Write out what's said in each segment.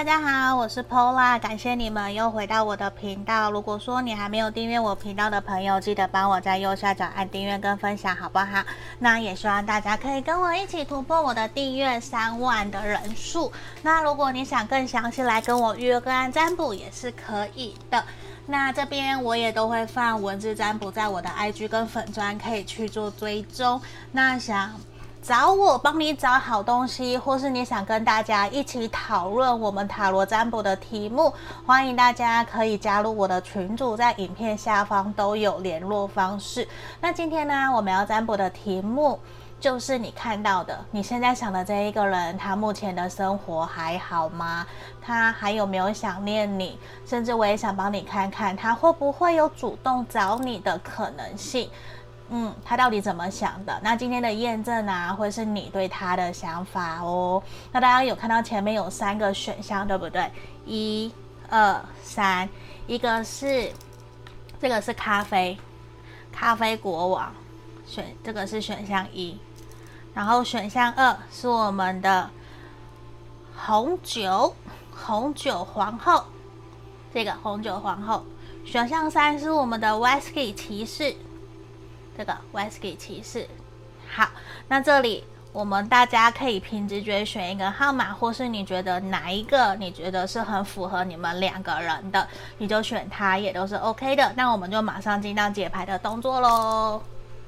大家好，我是 Pola， 感谢你们又回到我的频道。如果说你还没有订阅我频道的朋友，记得帮我在右下角按订阅跟分享，好不好？那也希望大家可以跟我一起突破我的订阅3万的人数。那如果你想更详细来跟我预约个案占卜，也是可以的。那这边我也都会放文字占卜在我的 IG 跟粉专，可以去做追踪。那想找我帮你找好东西，或是你想跟大家一起讨论我们塔罗占卜的题目，欢迎大家可以加入我的群组，在影片下方都有联络方式。那今天呢，我们要占卜的题目就是你看到的，你现在想的这一个人，他目前的生活还好吗？他还有没有想念你？甚至我也想帮你看看，他会不会有主动找你的可能性？他到底怎么想的？那今天的验证啊，会是你对他的想法哦。那大家有看到前面有3个选项，对不对？1、2、3，一个是这个是咖啡国王，这个是选项1，然后选项2是我们的红酒皇后，这个红酒皇后。选项3是我们的 Whisky 骑士。这个 Whisky 骑士。好，那这里我们大家可以凭直觉选一个号码，或是你觉得哪一个你觉得是很符合你们2个人的，你就选它，也都是 OK 的。那我们就马上进到解牌的动作咯。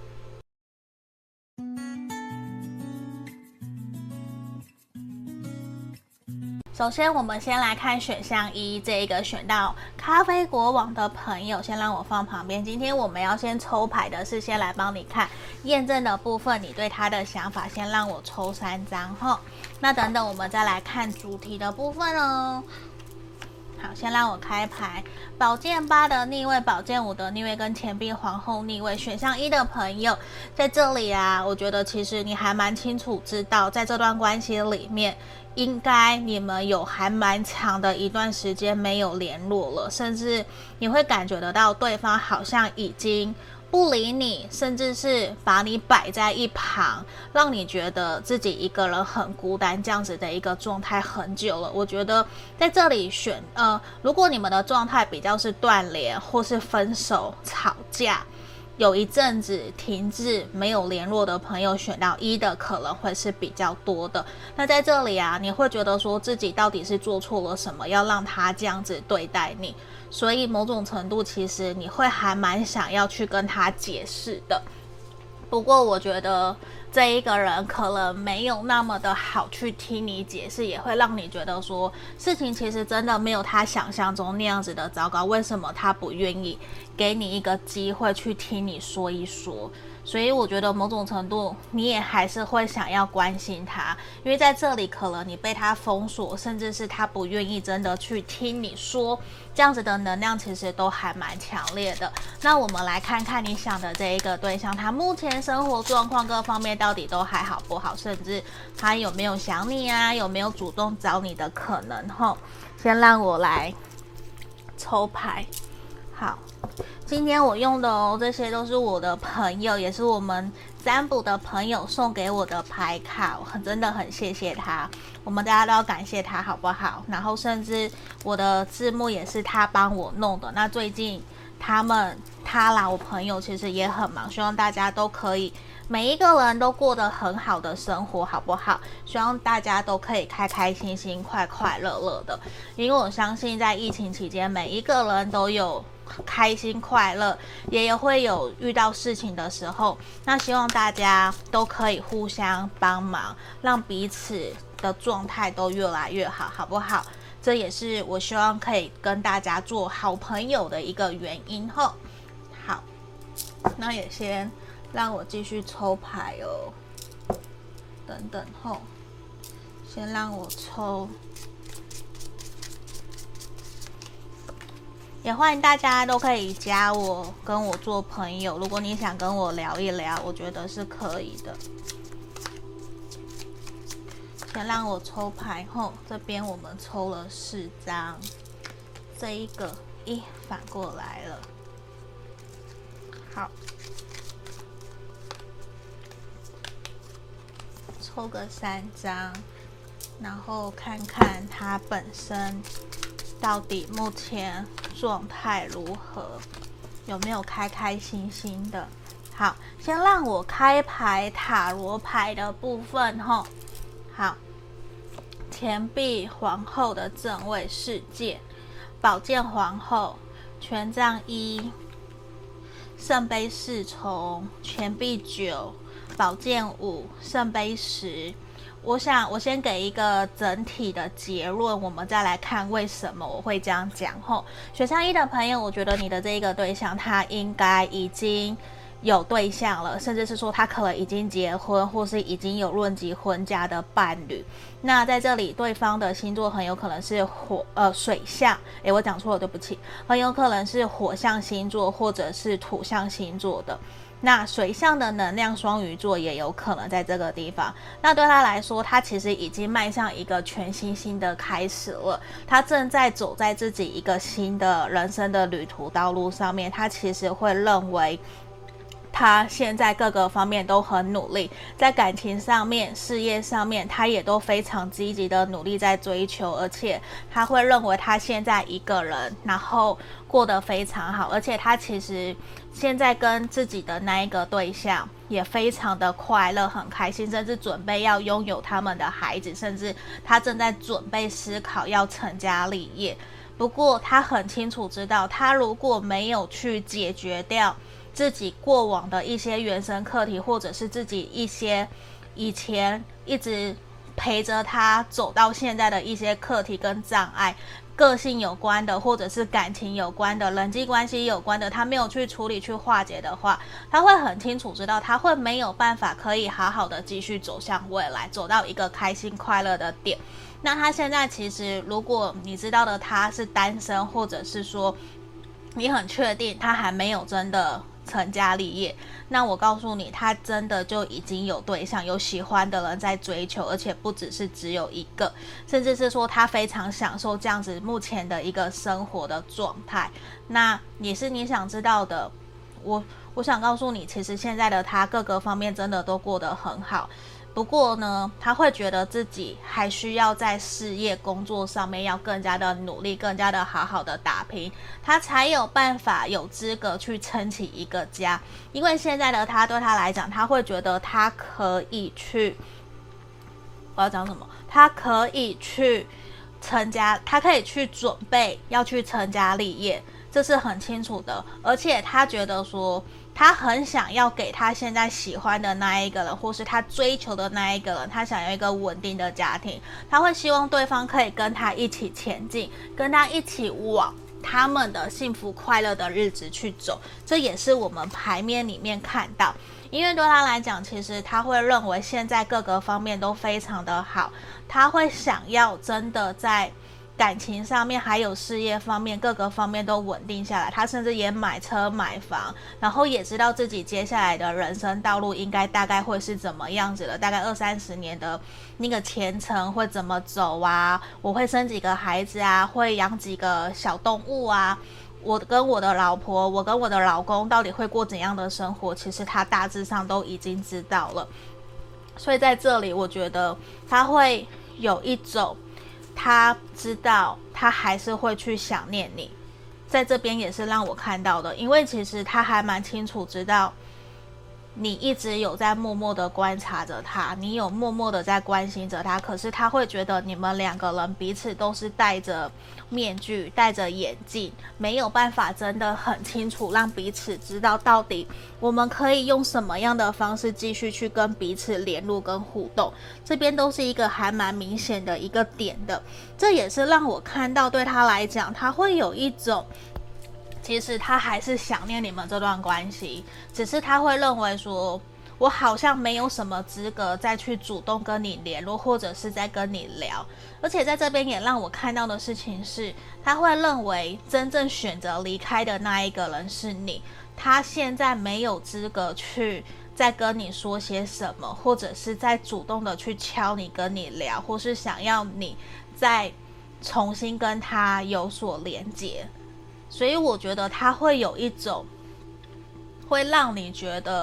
首先我们先来看选项1，这一个选到咖啡国王的朋友，先让我放旁边。今天我们要先抽牌的是先来帮你看验证的部分，你对他的想法先让我抽3张齁。那等等我们再来看主题的部分哦。好，先让我开牌，宝剑8的逆位，宝剑5的逆位跟钱币皇后逆位。选项1的朋友在这里啊，我觉得其实你还蛮清楚知道，在这段关系里面应该你们有还蛮长的一段时间没有联络了，甚至你会感觉得到对方好像已经不理你，甚至是把你摆在一旁，让你觉得自己一个人很孤单，这样子的一个状态很久了。我觉得在这里如果你们的状态比较是断联或是分手吵架，有一阵子停滞没有联络的朋友，选到1的可能会是比较多的。那在这里啊，你会觉得说自己到底是做错了什么，要让他这样子对待你，所以某种程度其实你会还蛮想要去跟他解释的。不过我觉得这一个人可能没有那么的好去听你解释，也会让你觉得说事情其实真的没有他想象中那样子的糟糕，为什么他不愿意给你一个机会去听你说一说？所以我觉得某种程度你也还是会想要关心他，因为在这里可能你被他封锁，甚至是他不愿意真的去听你说，这样子的能量其实都还蛮强烈的。那我们来看看你想的这一个对象，他目前生活状况各方面到底都还好不好，甚至他有没有想你啊，有没有主动找你的可能齁。先让我来抽牌。好，今天我用的哦，这些都是我的朋友，也是我们占卜的朋友送给我的牌卡，我真的很谢谢他，我们大家都要感谢他好不好？然后甚至我的字幕也是他帮我弄的。那最近我朋友其实也很忙，希望大家都可以每一个人都过得很好的生活好不好？希望大家都可以开开心心快快乐乐的，因为我相信在疫情期间每一个人都有开心快乐，也会有遇到事情的时候，那希望大家都可以互相帮忙，让彼此的状态都越来越好，好不好？这也是我希望可以跟大家做好朋友的一个原因齁。好，那也先让我继续抽牌哦，等等齁，先让我抽。也欢迎大家都可以加我，跟我做朋友。如果你想跟我聊一聊，我觉得是可以的。先让我抽牌后，这边我们抽了4张，这一个反过来了。好，抽个3张， 然后看看他本身到底目前状态如何，有没有开开心心的。好，先让我开牌塔罗牌的部分吼。好，钱币皇后的正位世界，宝剑皇后，权杖一，圣杯侍从，钱币9，宝剑5，圣杯10。我想我先给一个整体的结论，我们再来看为什么我会这样讲吼。选项1的朋友，我觉得你的这一个对象他应该已经有对象了，甚至是说他可能已经结婚，或是已经有论及婚嫁的伴侣。那在这里，对方的星座很有可能是水象，我讲错了，对不起，很有可能是火象星座或者是土象星座的。那水象的能量双鱼座也有可能在这个地方，那对他来说，他其实已经迈向一个全新的开始了，他正在走在自己一个新的人生的旅途道路上面，他其实会认为他现在各个方面都很努力，在感情上面、事业上面，他也都非常积极的努力在追求，而且他会认为他现在一个人，然后过得非常好，而且他其实现在跟自己的那一个对象也非常的快乐，很开心，甚至准备要拥有他们的孩子，甚至他正在准备思考要成家立业。不过他很清楚知道，他如果没有去解决掉自己过往的一些原生课题，或者是自己一些以前一直陪着他走到现在的一些课题跟障碍，个性有关的，或者是感情有关的，人际关系有关的，他没有去处理去化解的话，他会很清楚知道他会没有办法可以好好的继续走向未来，走到一个开心快乐的点。那他现在其实如果你知道的他是单身，或者是说你很确定他还没有真的成家立业，那我告诉你，他真的就已经有对象，有喜欢的人在追求，而且不只有一个，甚至是说他非常享受这样子目前的一个生活的状态。那也是你想知道的，我想告诉你，其实现在的他各个方面真的都过得很好。不过呢，他会觉得自己还需要在事业工作上面要更加的努力，更加的好好的打拼，他才有办法有资格去撑起一个家。因为现在的他对他来讲，他会觉得他可以去，我要讲什么？他可以去成家，他可以去准备要去成家立业，这是很清楚的。而且他觉得说，他很想要给他现在喜欢的那一个人，或是他追求的那一个人，他想要一个稳定的家庭，他会希望对方可以跟他一起前进，跟他一起往他们的幸福快乐的日子去走。这也是我们牌面里面看到，因为对他来讲，其实他会认为现在各个方面都非常的好，他会想要真的在感情上面还有事业方面各个方面都稳定下来，他甚至也买车买房，然后也知道自己接下来的人生道路应该大概会是怎么样子了，大概20-30年的那个前程会怎么走啊，我会生几个孩子啊，会养几个小动物啊，我跟我的老婆，我跟我的老公到底会过怎样的生活，其实他大致上都已经知道了。所以在这里我觉得他会有一种他知道他还是会去想念你，在这边也是让我看到的，因为其实他还蛮清楚知道你一直有在默默的观察着他，你有默默的在关心着他，可是他会觉得你们两个人彼此都是戴着面具，戴着眼镜，没有办法真的很清楚让彼此知道到底我们可以用什么样的方式继续去跟彼此联络跟互动，这边都是一个还蛮明显的一个点的。这也是让我看到对他来讲，他会有一种其实他还是想念你们这段关系，只是他会认为说我好像没有什么资格再去主动跟你联络，或者是再跟你聊。而且在这边也让我看到的事情是，他会认为真正选择离开的那一个人是你，他现在没有资格去再跟你说些什么，或者是再主动的去敲你跟你聊，或是想要你再重新跟他有所连结。所以我觉得他会有一种会让你觉得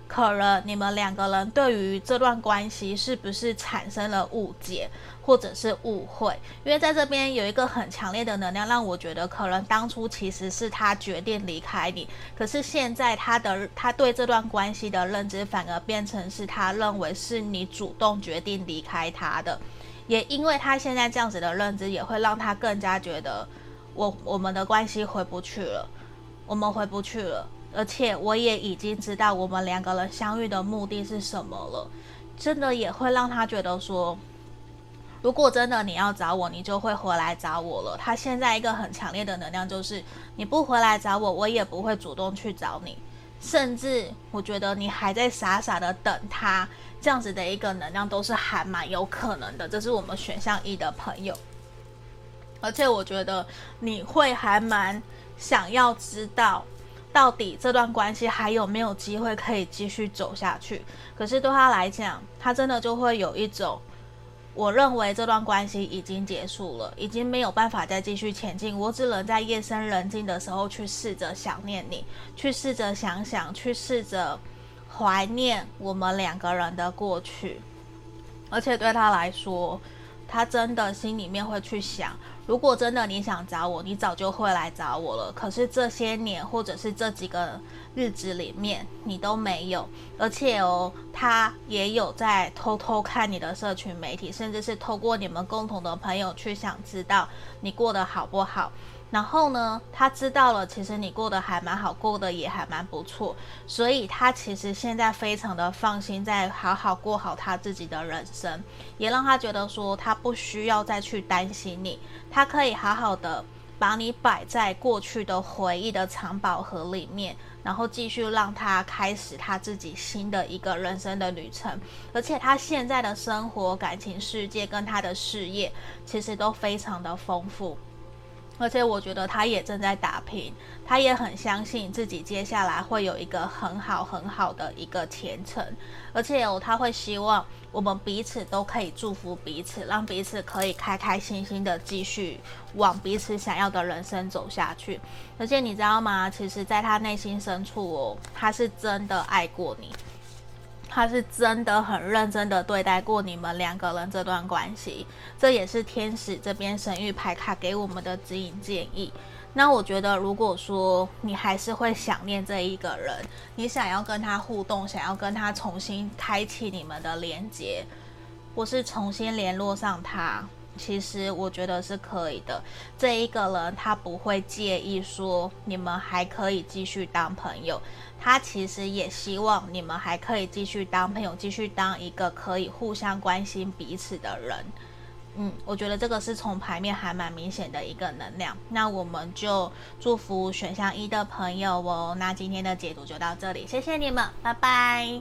可能你们两个人对于这段关系是不是产生了误解或者是误会，因为在这边有一个很强烈的能量，让我觉得可能当初其实是他决定离开你，可是现在他对这段关系的认知反而变成是他认为是你主动决定离开他的，也因为他现在这样子的认知，也会让他更加觉得我们的关系回不去了，我们回不去了，而且我也已经知道我们两个人相遇的目的是什么了，真的也会让他觉得说，如果真的你要找我，你就会回来找我了。他现在一个很强烈的能量就是，你不回来找我，我也不会主动去找你，甚至我觉得你还在傻傻的等他，这样子的一个能量都是还蛮有可能的。这是我们选项1的朋友，而且我觉得你会还蛮想要知道到底这段关系还有没有机会可以继续走下去。可是对他来讲，他真的就会有一种，我认为这段关系已经结束了，已经没有办法再继续前进，我只能在夜深人静的时候去试着想念你，去试着想想，去试着怀念我们两个人的过去。而且对他来说，他真的心里面会去想，如果真的你想找我，你早就会来找我了，可是这些年或者是这几个日子里面你都没有，而且他也有在偷偷看你的社群媒体，甚至是透过你们共同的朋友去想知道你过得好不好。然后呢，他知道了其实你过得还蛮好，过得也还蛮不错，所以他其实现在非常的放心，在好好过好他自己的人生，也让他觉得说他不需要再去担心你，他可以好好的把你摆在过去的回忆的藏宝盒里面，然后继续让他开始他自己新的一个人生的旅程。而且他现在的生活、感情世界跟他的事业其实都非常的丰富，而且我觉得他也正在打拼，他也很相信自己接下来会有一个很好很好的一个前程，而且他会希望我们彼此都可以祝福彼此，让彼此可以开开心心的继续往彼此想要的人生走下去。而且你知道吗，其实在他内心深处他是真的爱过你，他是真的很认真的对待过你们两个人这段关系，这也是天使这边神谕牌卡给我们的指引建议。那我觉得如果说你还是会想念这一个人，你想要跟他互动，想要跟他重新开启你们的连结，或是重新联络上他，其实我觉得是可以的。这一个人他不会介意说你们还可以继续当朋友，他其实也希望你们还可以继续当朋友，继续当一个可以互相关心彼此的人。我觉得这个是从牌面还蛮明显的一个能量。那我们就祝福选项1的朋友哦。那今天的解读就到这里，谢谢你们，拜拜。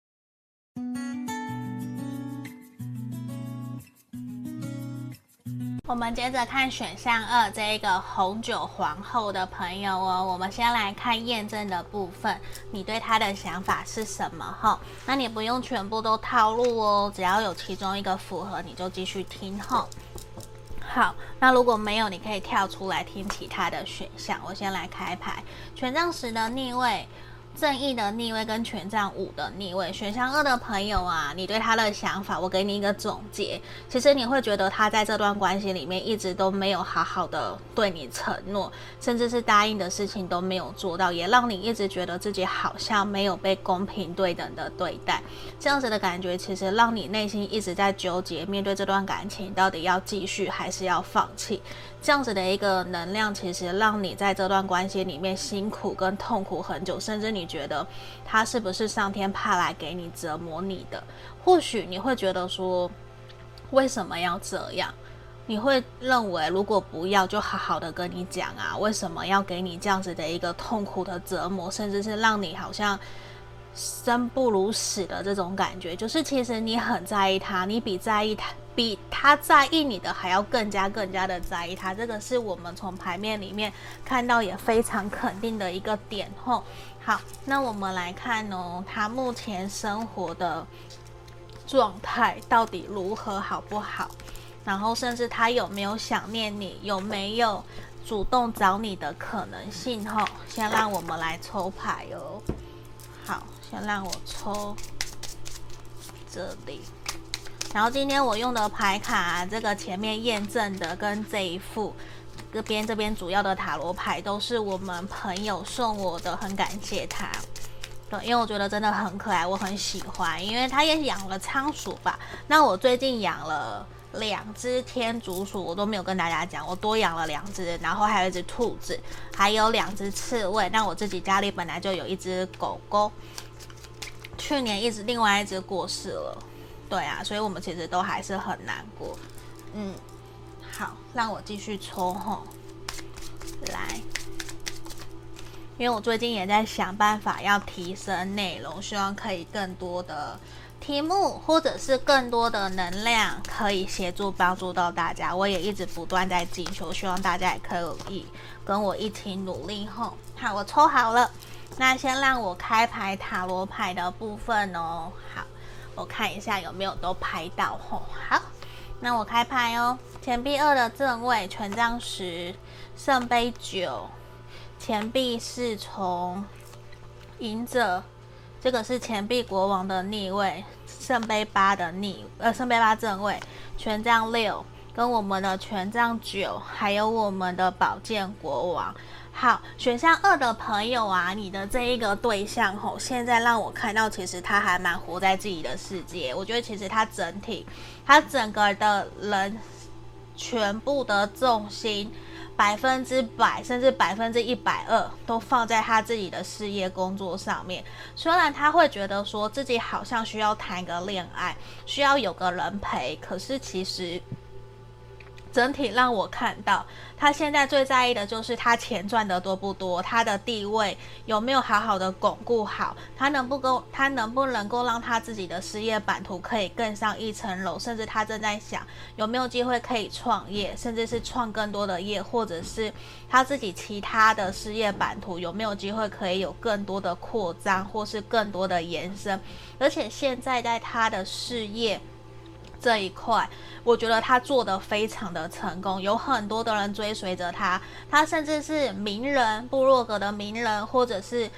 我们接着看选项2这一个红酒皇后的朋友哦。我们先来看验证的部分，你对他的想法是什么齁？那你不用全部都套路哦，只要有其中一个符合你就继续听齁。好，那如果没有，你可以跳出来听其他的选项。我先来开牌，权杖10的逆位，正义的逆位跟权杖5的逆位。选项2的朋友啊，你对他的想法，我给你一个总结。其实你会觉得他在这段关系里面一直都没有好好的对你承诺，甚至是答应的事情都没有做到，也让你一直觉得自己好像没有被公平对等的对待。这样子的感觉其实让你内心一直在纠结，面对这段感情到底要继续还是要放弃。这样子的一个能量其实让你在这段关系里面辛苦跟痛苦很久，甚至你觉得他是不是上天派来给你折磨你的。或许你会觉得说为什么要这样，你会认为如果不要就好好的跟你讲啊，为什么要给你这样子的一个痛苦的折磨，甚至是让你好像生不如死的这种感觉。就是其实你很在意他，你比他在意你的还要更加的在意他，这个是我们从牌面里面看到也非常肯定的一个点吼。好，那我们来看哦，他目前生活的状态到底如何，好不好？然后甚至他有没有想念你，有没有主动找你的可能性吼。先让我们来抽牌哦。好， 先让我抽这里。然后今天我用的牌卡这个前面验证的跟这一副这边主要的塔罗牌都是我们朋友送我的，很感谢他。对，因为我觉得真的很可爱，我很喜欢。因为他也养了仓鼠吧，那我最近养了2只天竺鼠，我都没有跟大家讲，我多养了2只，然后还有一只兔子，还有2只刺猬。那我自己家里本来就有一只狗狗，去年另外一只过世了。对啊，所以我们其实都还是很难过。好，让我继续抽吼，来，因为我最近也在想办法要提升内容，希望可以更多的题目或者是更多的能量可以协助帮助到大家。我也一直不断在进修，希望大家也可以跟我一起努力吼。好，我抽好了，那先让我开牌塔罗牌的部分哦。好，我看一下有没有都拍到吼。好，那我开牌哦。钱币2的正位，权杖10，圣杯9，钱币4从隐者，这个是钱币国王的逆位，圣杯8的圣杯8正位，权杖6跟我们的权杖9，还有我们的宝剑国王。好，选项2的朋友啊，你的这一个对象吼，现在让我看到其实他还蛮活在自己的世界。我觉得其实他整个的人全部的重心100%甚至120%都放在他自己的事业工作上面。虽然他会觉得说自己好像需要谈个恋爱，需要有个人陪，可是其实整体让我看到他现在最在意的就是他钱赚的多不多，他的地位有没有好好的巩固好，他能不能够让他自己的事业版图可以更上一层楼，甚至他正在想有没有机会可以创业，甚至是创更多的业，或者是他自己其他的事业版图有没有机会可以有更多的扩张或是更多的延伸。而且现在在他的事业这一块，我觉得他做得非常的成功，有很多的人追随着他，他甚至是名人，部落格的名人，或者是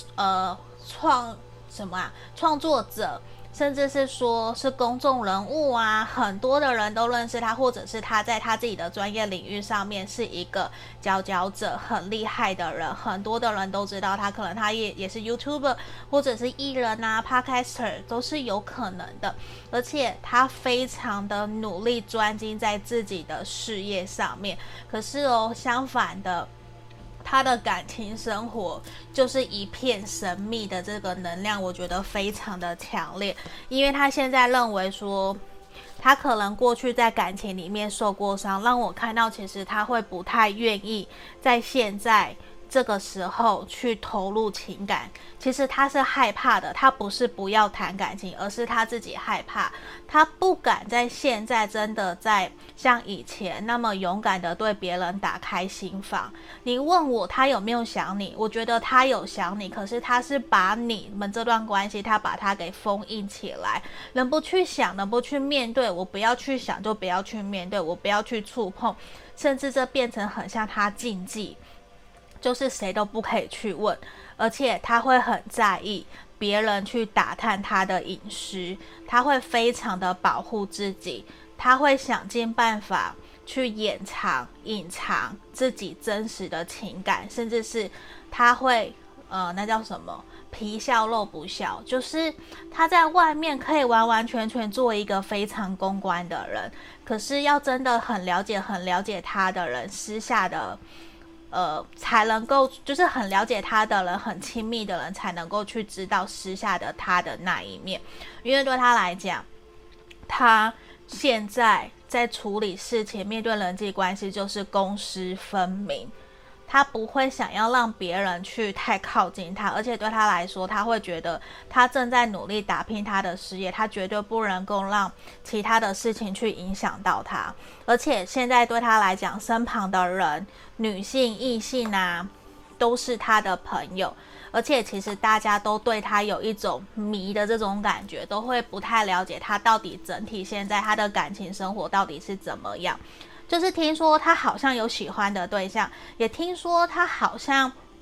创作者，甚至是说是公众人物啊，很多的人都认识他，或者是他在他自己的专业领域上面是一个佼佼者，很厉害的人，很多的人都知道他，可能他也是 YouTuber 或者是艺人啊 Podcaster 都是有可能的。而且他非常的努力专精在自己的事业上面，可是相反的，他的感情生活就是一片神秘的这个能量，我觉得非常的强烈。因为他现在认为说他可能过去在感情里面受过伤，让我看到其实他会不太愿意在现在这个时候去投入情感。其实他是害怕的，他不是不要谈感情，而是他自己害怕，他不敢在现在真的在像以前那么勇敢的对别人打开心房。你问我他有没有想你，我觉得他有想你，可是他是把你们这段关系他把它给封印起来，能不去想，能不去面对，我不要去想就不要去面对，我不要去触碰，甚至这变成很像他禁忌，就是谁都不可以去问，而且他会很在意别人去打探他的隐私，他会非常的保护自己，他会想尽办法去隐藏自己真实的情感，甚至是他会那叫什么皮笑肉不笑，就是他在外面可以完完全全做一个非常公关的人，可是要真的很了解他的人，私下的才能够就是很了解他的人，很亲密的人才能够去知道私下的他的那一面。因为对他来讲，他现在在处理事情，面对人际关系就是公私分明，他不会想要让别人去太靠近他，而且对他来说，他会觉得他正在努力打拼他的事业，他绝对不能够让其他的事情去影响到他。而且现在对他来讲，身旁的人，女性、异性啊，都是他的朋友，而且其实大家都对他有一种迷的这种感觉，都会不太了解他到底整体现在他的感情生活到底是怎么样。就是听说他好像有喜欢的对象，也听说他好像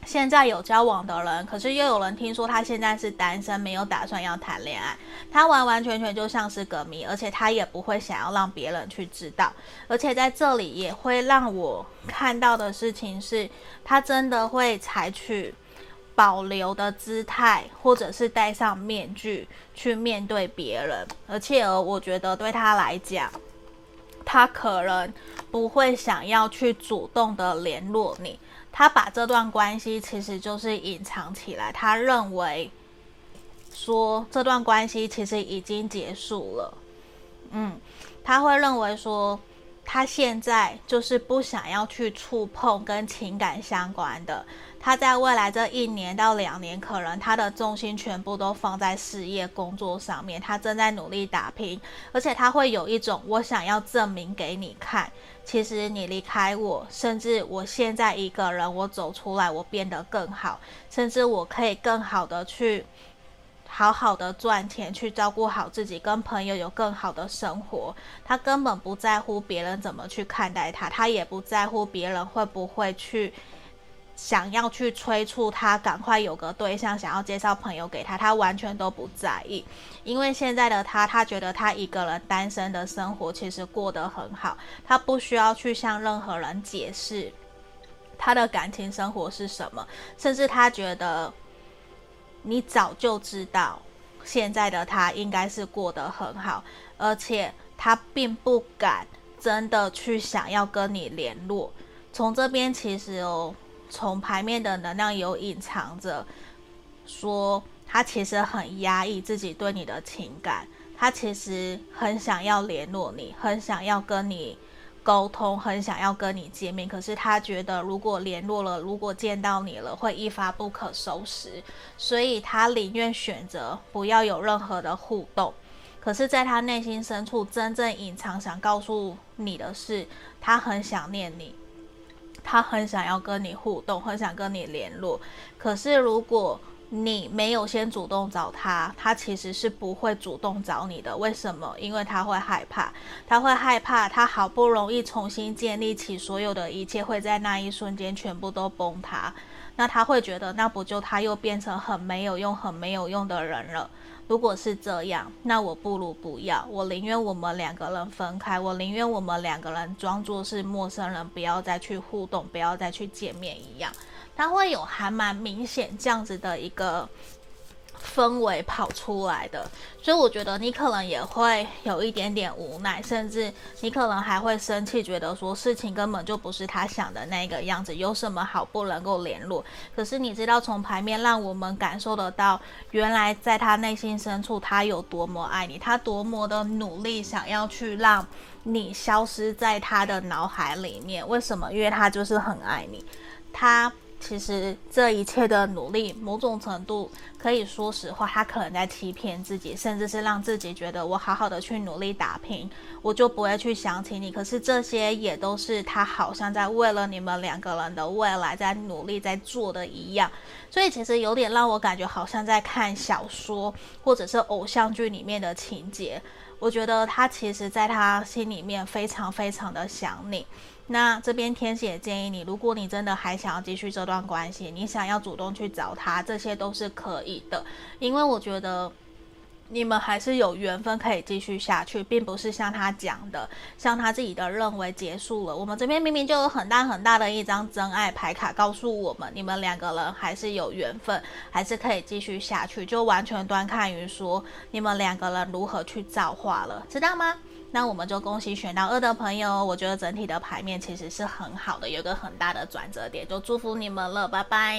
现在有交往的人，可是又有人听说他现在是单身，没有打算要谈恋爱，他完完全全就像是个谜，而且他也不会想要让别人去知道。而且在这里也会让我看到的事情是，他真的会采取保留的姿态，或者是戴上面具去面对别人。而且我觉得对他来讲，他可能不会想要去主动的联络你，他把这段关系其实就是隐藏起来，他认为说这段关系其实已经结束了。他会认为说他现在就是不想要去触碰跟情感相关的，他在未来这1年到2年，可能他的重心全部都放在事业工作上面，他正在努力打拼，而且他会有一种我想要证明给你看，其实你离开我，甚至我现在一个人我走出来，我变得更好，甚至我可以更好的去好好的赚钱，去照顾好自己，跟朋友有更好的生活。他根本不在乎别人怎么去看待他，他也不在乎别人会不会去想要去催促他赶快有个对象，想要介绍朋友给他，他完全都不在意。因为现在的他觉得他一个人单身的生活其实过得很好，他不需要去向任何人解释他的感情生活是什么，甚至他觉得你早就知道现在的他应该是过得很好，而且他并不敢真的去想要跟你联络。从这边其实从牌面的能量有隐藏着说他其实很压抑自己对你的情感，他其实很想要联络你，很想要跟你沟通，很想要跟你见面，可是他觉得如果联络了，如果见到你了，会一发不可收拾，所以他宁愿选择不要有任何的互动。可是在他内心深处真正隐藏想告诉你的是，他很想念你，他很想要跟你互动，很想跟你联络。可是如果你没有先主动找他，他其实是不会主动找你的。为什么？因为他会害怕，他好不容易重新建立起所有的一切，会在那一瞬间全部都崩塌。那他会觉得，那不就他又变成很没有用的人了？如果是这样，那我不如不要，我宁愿我们2个人分开，我宁愿我们2个人装作是陌生人，不要再去互动，不要再去见面一样。它会有还蛮明显这样子的一个氛围跑出来的，所以我觉得你可能也会有一点点无奈，甚至你可能还会生气，觉得说事情根本就不是他想的那个样子，有什么好不能够联络。可是你知道从牌面让我们感受得到，原来在他内心深处他有多么爱你，他多么的努力想要去让你消失在他的脑海里面。为什么？因为他就是很爱你，他其实这一切的努力，某种程度可以说实话，他可能在欺骗自己，甚至是让自己觉得我好好的去努力打拼，我就不会去想起你。可是这些也都是他好像在为了你们2个人的未来在努力在做的一样。所以其实有点让我感觉好像在看小说或者是偶像剧里面的情节。我觉得他其实在他心里面非常非常的想你。那这边天使也建议你，如果你真的还想要继续这段关系，你想要主动去找他，这些都是可以的。因为我觉得你们还是有缘分可以继续下去，并不是像他讲的，像他自己的认为结束了。我们这边明明就有很大很大的一张真爱牌卡告诉我们，你们2个人还是有缘分，还是可以继续下去，就完全端看于说你们2个人如何去造化了，知道吗？那我们就恭喜选到2的朋友，我觉得整体的牌面其实是很好的，有一个很大的转折点，就祝福你们了，拜拜。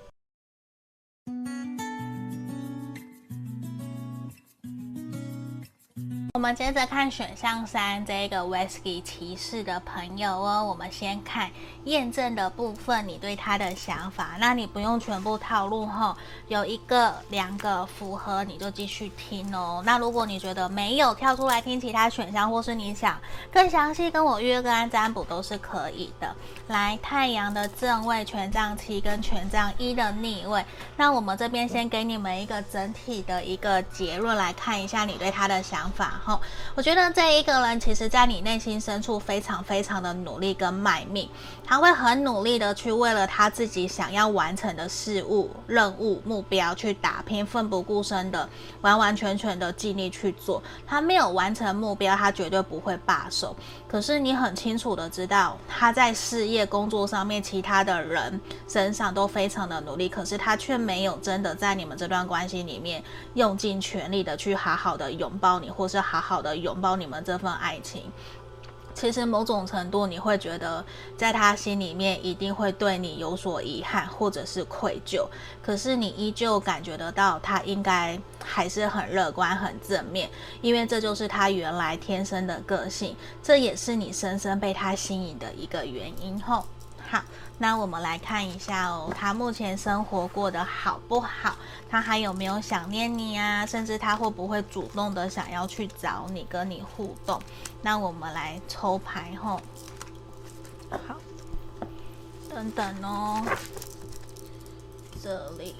我们接着看选项3这个 Whisky 骑士的朋友哦，我们先看验证的部分，你对他的想法，那你不用全部套路吼，有1个2个符合你就继续听哦。那如果你觉得没有，跳出来听其他选项，或是你想更详细跟我约个案占卜都是可以的。来，太阳的正位、权杖7跟权杖1的逆位，那我们这边先给你们一个整体的一个结论，来看一下你对他的想法吼。 吼。我觉得这一个人其实在你内心深处非常非常的努力跟卖命，他会很努力的去为了他自己想要完成的事物、任务、目标去打拼，奋不顾身的完完全全的尽力去做。他没有完成目标，他绝对不会罢手。可是你很清楚的知道，他在事业工作上面其他的人身上都非常的努力，可是他却没有真的在你们这段关系里面用尽全力的去好好的拥抱你，或是好好的拥抱你们这份爱情。其实某种程度你会觉得在他心里面一定会对你有所遗憾或者是愧疚，可是你依旧感觉得到他应该还是很乐观很正面，因为这就是他原来天生的个性，这也是你深深被他吸引的一个原因吼。好，那我们来看一下哦，他目前生活过得好不好？他还有没有想念你啊？甚至他会不会主动的想要去找你，跟你互动？那我们来抽牌吼。好，等等哦，这里。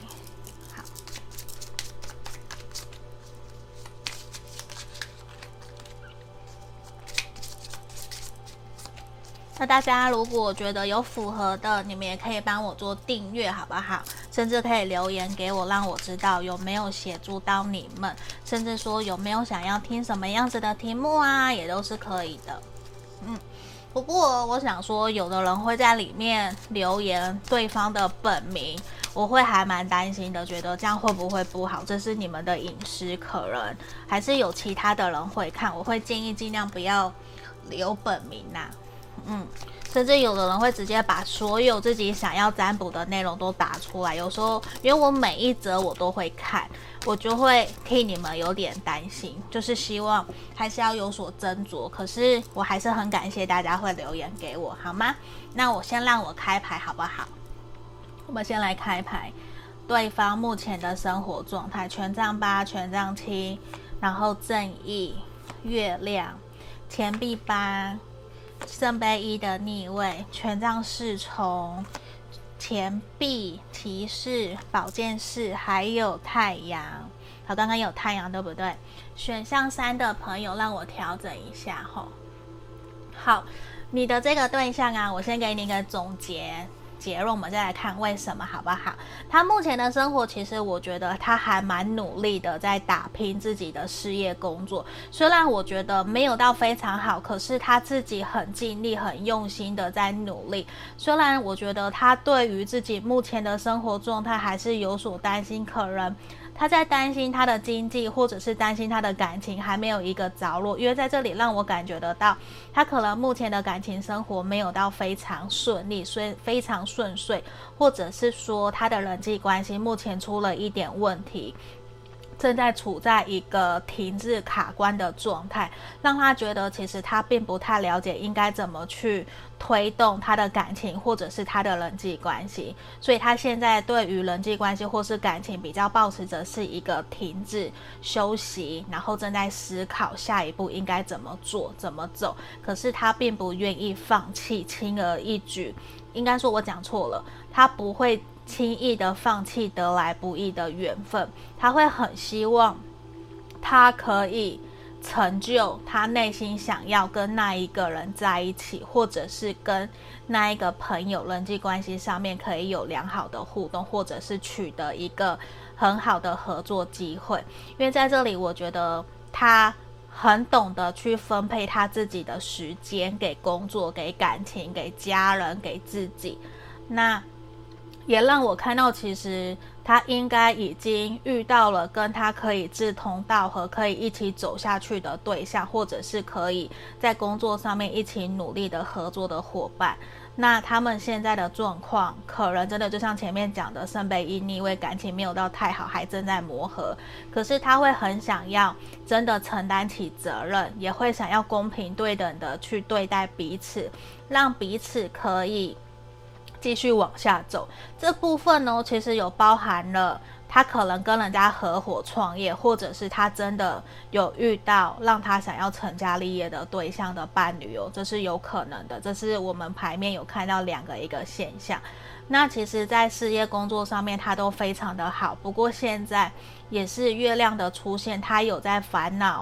那大家如果觉得有符合的，你们也可以帮我做订阅好不好？甚至可以留言给我，让我知道有没有协助到你们，甚至说有没有想要听什么样子的题目啊，也都是可以的。不过我想说，有的人会在里面留言对方的本名，我会还蛮担心的，觉得这样会不会不好？这是你们的隐私，可能还是有其他的人会看，我会建议尽量不要留本名啊。甚至有的人会直接把所有自己想要占卜的内容都打出来，有时候因为我每一则我都会看，我就会替你们有点担心，就是希望还是要有所斟酌，可是我还是很感谢大家会留言给我，好吗？那我先让我开牌好不好？我们先来开牌，对方目前的生活状态，权杖8、权杖7，然后正义、月亮、钱币8、圣杯1的逆位，权杖4重、钱币、骑士、宝剑4，还有太阳。好，刚刚有太阳对不对？选项3的朋友让我调整一下吼。好，你的这个对象啊，我先给你一个总结论，我们再来看为什么好不好？他目前的生活，其实我觉得他还蛮努力的，在打拼自己的事业工作。虽然我觉得没有到非常好，可是他自己很尽力、很用心的在努力。虽然我觉得他对于自己目前的生活状态还是有所担心，可能他在担心他的经济，或者是担心他的感情还没有一个着落，因为在这里让我感觉得到，他可能目前的感情生活没有到非常顺利，所以非常顺遂，或者是说他的人际关系目前出了一点问题，正在处在一个停滞卡关的状态，让他觉得其实他并不太了解应该怎么去推动他的感情或者是他的人际关系，所以他现在对于人际关系或是感情比较抱持着是一个停滞休息，然后正在思考下一步应该怎么做怎么走，可是他并不愿意放弃，轻而易举，应该说我讲错了，他不会轻易的放弃得来不易的缘分，他会很希望他可以成就他内心想要跟那一个人在一起，或者是跟那一个朋友人际关系上面可以有良好的互动，或者是取得一个很好的合作机会。因为在这里我觉得他很懂得去分配他自己的时间给工作、给感情、给家人、给自己，那也让我看到其实他应该已经遇到了跟他可以志同道合，可以一起走下去的对象，或者是可以在工作上面一起努力的合作的伙伴。那他们现在的状况可能真的就像前面讲的，圣杯1逆位，感情没有到太好，还正在磨合，可是他会很想要真的承担起责任，也会想要公平对等的去对待彼此，让彼此可以继续往下走。这部分呢，其实有包含了他可能跟人家合伙创业，或者是他真的有遇到让他想要成家立业的对象的伴侣哦，这是有可能的，这是我们牌面有看到一个现象。那其实在事业工作上面他都非常的好，不过现在也是月亮的出现，他有在烦恼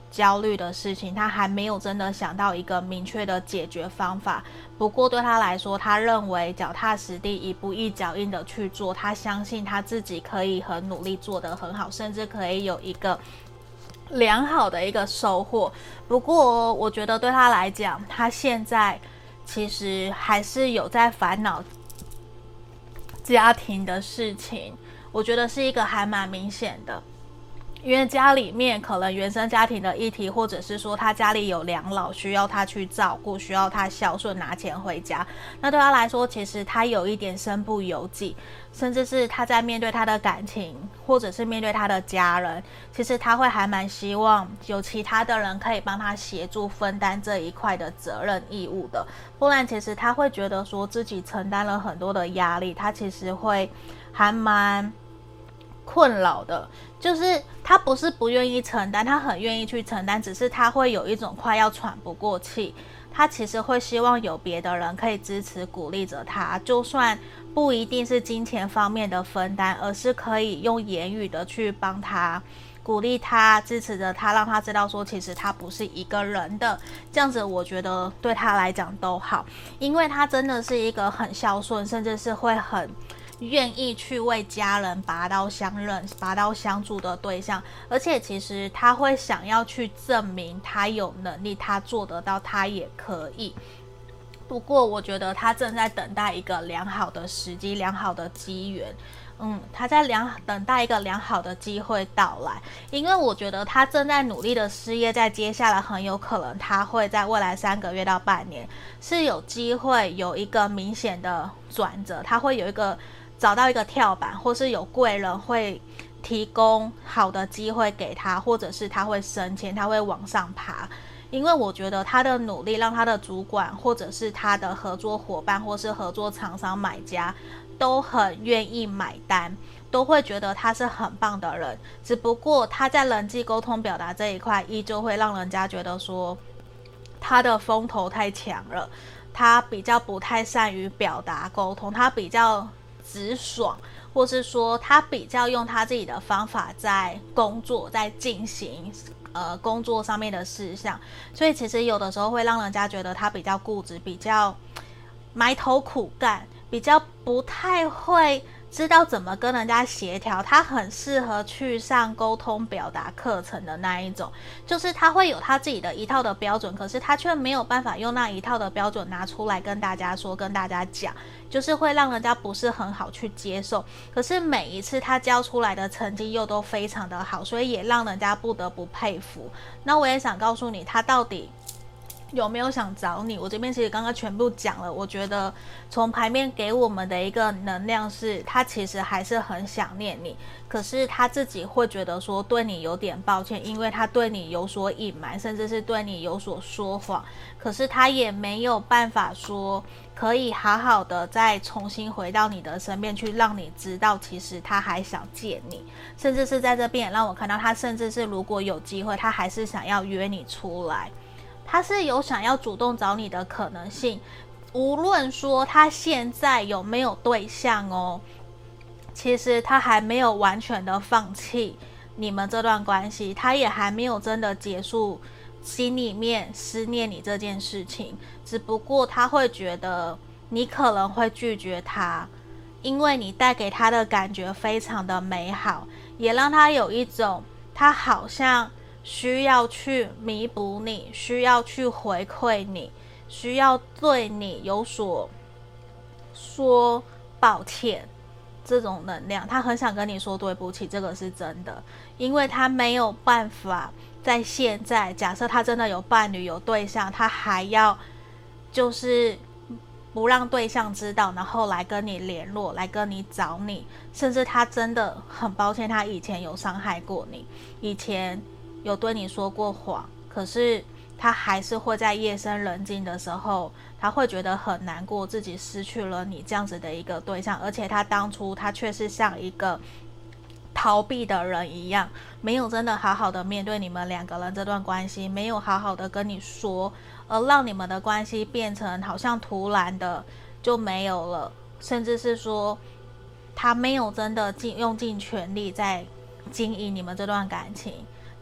焦虑的事情，他还没有真的想到一个明确的解决方法。不过对他来说，他认为脚踏实地，一步一脚印的去做，他相信他自己可以很努力做得很好，甚至可以有一个良好的一个收获。不过我觉得对他来讲，他现在其实还是有在烦恼家庭的事情，我觉得是一个还蛮明显的。因为家里面可能原生家庭的议题，或者是说他家里有两老需要他去照顾，需要他孝顺拿钱回家，那对他来说其实他有一点身不由己，甚至是他在面对他的感情，或者是面对他的家人，其实他会还蛮希望有其他的人可以帮他协助分担这一块的责任义务的，不然其实他会觉得说自己承担了很多的压力，他其实会还蛮困扰的。就是他不是不愿意承担，他很愿意去承担，只是他会有一种快要喘不过气，他其实会希望有别的人可以支持鼓励着他，就算不一定是金钱方面的分担，而是可以用言语的去帮他鼓励他，支持着他，让他知道说其实他不是一个人的，这样子我觉得对他来讲都好，因为他真的是一个很孝顺，甚至是会很愿意去为家人拔刀相任、拔刀相助的对象，而且其实他会想要去证明他有能力，他做得到，他也可以。不过我觉得他正在等待一个良好的时机、良好的机缘。他在等待一个良好的机会到来，因为我觉得他正在努力的事业，在接下来很有可能他会在未来3个月到半年是有机会有一个明显的转折，他会有一个找到一个跳板，或是有贵人会提供好的机会给他，或者是他会升迁，他会往上爬。因为我觉得他的努力让他的主管或者是他的合作伙伴或是合作厂商买家都很愿意买单，都会觉得他是很棒的人，只不过他在人际沟通表达这一块依旧会让人家觉得说他的风头太强了，他比较不太善于表达沟通，他比较直爽，或是说他比较用他自己的方法在工作，在进行工作上面的事项，所以其实有的时候会让人家觉得他比较固执，比较埋头苦干，比较不太会知道怎么跟人家协调，他很适合去上沟通表达课程的那一种，就是他会有他自己的一套的标准，可是他却没有办法用那一套的标准拿出来跟大家说，跟大家讲，就是会让人家不是很好去接受，可是每一次他交出来的成绩又都非常的好，所以也让人家不得不佩服。那我也想告诉你，他到底有没有想找你？我这边其实刚刚全部讲了，我觉得从牌面给我们的一个能量是，他其实还是很想念你，可是他自己会觉得说对你有点抱歉，因为他对你有所隐瞒，甚至是对你有所说谎，可是他也没有办法说可以好好的再重新回到你的身边去，让你知道其实他还想见你，甚至是在这边也让我看到他甚至是如果有机会，他还是想要约你出来，他是有想要主动找你的可能性，无论说他现在有没有对象哦，其实他还没有完全的放弃你们这段关系，他也还没有真的结束心里面思念你这件事情，只不过他会觉得你可能会拒绝他，因为你带给他的感觉非常的美好，也让他有一种他好像需要去弥补你，需要去回馈你，需要对你有所说抱歉，这种能量他很想跟你说对不起，这个是真的，因为他没有办法在现在，假设他真的有伴侣有对象，他还要就是不让对象知道，然后来跟你联络，来跟你找你，甚至他真的很抱歉，他以前有伤害过你，以前有对你说过谎，可是他还是会在夜深人静的时候，他会觉得很难过，自己失去了你这样子的一个对象，而且他当初他却是像一个逃避的人一样，没有真的好好的面对你们两个人这段关系，没有好好的跟你说，而让你们的关系变成好像突然的就没有了，甚至是说他没有真的用尽全力在经营你们这段感情，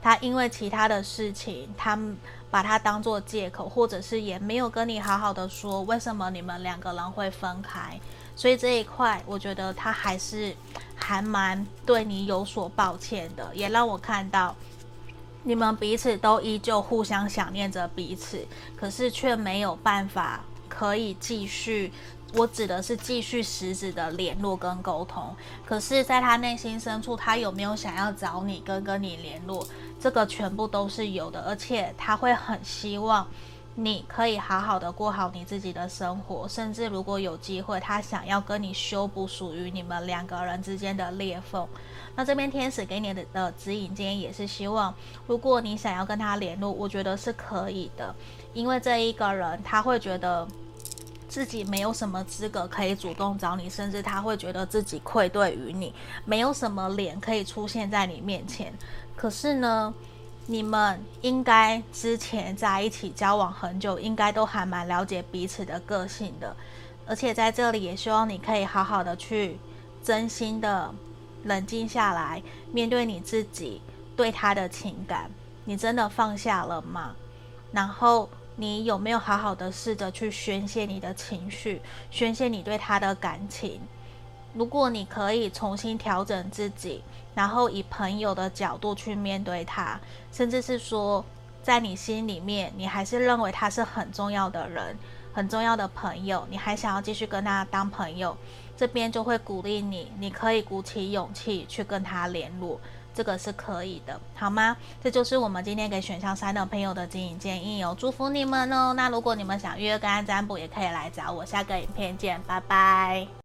他因为其他的事情，他把它当作借口，或者是也没有跟你好好的说为什么你们两个人会分开。所以这一块我觉得他还蛮对你有所抱歉的，也让我看到你们彼此都依旧互相想念着彼此，可是却没有办法可以继续，我指的是继续实质的联络跟沟通。可是在他内心深处，他有没有想要找你跟你联络，这个全部都是有的，而且他会很希望你可以好好的过好你自己的生活，甚至如果有机会，他想要跟你修补属于你们两个人之间的裂缝。那这边天使给你的指引建议也是希望，如果你想要跟他联络，我觉得是可以的，因为这一个人他会觉得自己没有什么资格可以主动找你，甚至他会觉得自己愧对于你，没有什么脸可以出现在你面前。可是呢，你们应该之前在一起交往很久，应该都还蛮了解彼此的个性的，而且在这里也希望你可以好好的去真心的冷静下来，面对你自己对他的情感，你真的放下了吗？然后你有没有好好的试着去宣泄你的情绪，宣泄你对他的感情？如果你可以重新调整自己，然后以朋友的角度去面对他，甚至是说在你心里面你还是认为他是很重要的人，很重要的朋友，你还想要继续跟他当朋友，这边就会鼓励你，你可以鼓起勇气去跟他联络，这个是可以的，好吗？这就是我们今天给选项3的朋友的指引建议哦，祝福你们哦。那如果你们想预约个案占卜，也可以来找我。下个影片见，拜拜。